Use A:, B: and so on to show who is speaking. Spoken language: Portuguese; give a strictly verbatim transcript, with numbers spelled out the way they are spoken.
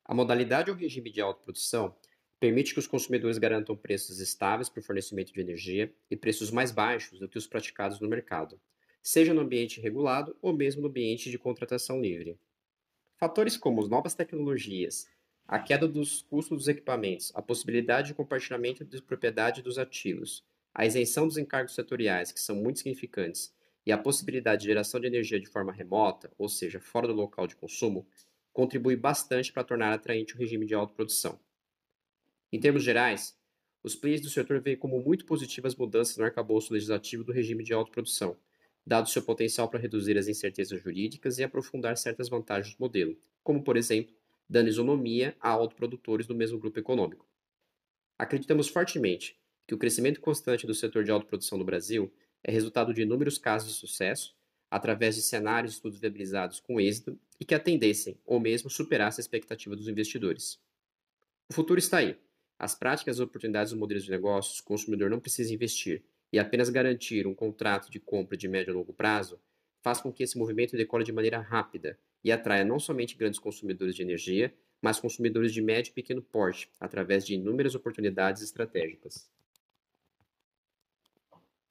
A: A modalidade ou regime de autoprodução permite que os consumidores garantam preços estáveis para o fornecimento de energia e preços mais baixos do que os praticados no mercado, seja no ambiente regulado ou mesmo no ambiente de contratação livre. Fatores como as novas tecnologias, a queda dos custos dos equipamentos, a possibilidade de compartilhamento de propriedade dos ativos, a isenção dos encargos setoriais, que são muito significantes, e a possibilidade de geração de energia de forma remota, ou seja, fora do local de consumo, contribui bastante para tornar atraente o regime de autoprodução. Em termos gerais, os players do setor veem como muito positivas mudanças no arcabouço legislativo do regime de autoprodução, dado seu potencial para reduzir as incertezas jurídicas e aprofundar certas vantagens do modelo, como, por exemplo, dando isonomia a autoprodutores do mesmo grupo econômico. Acreditamos fortemente que o crescimento constante do setor de autoprodução no Brasil é resultado de inúmeros casos de sucesso, através de cenários e estudos viabilizados com êxito e que atendessem ou mesmo superassem a expectativa dos investidores. O futuro está aí. As práticas e oportunidades dos modelos de negócios, o consumidor não precisa investir e apenas garantir um contrato de compra de médio a longo prazo faz com que esse movimento decole de maneira rápida e atraia não somente grandes consumidores de energia, mas consumidores de médio e pequeno porte, através de inúmeras oportunidades estratégicas.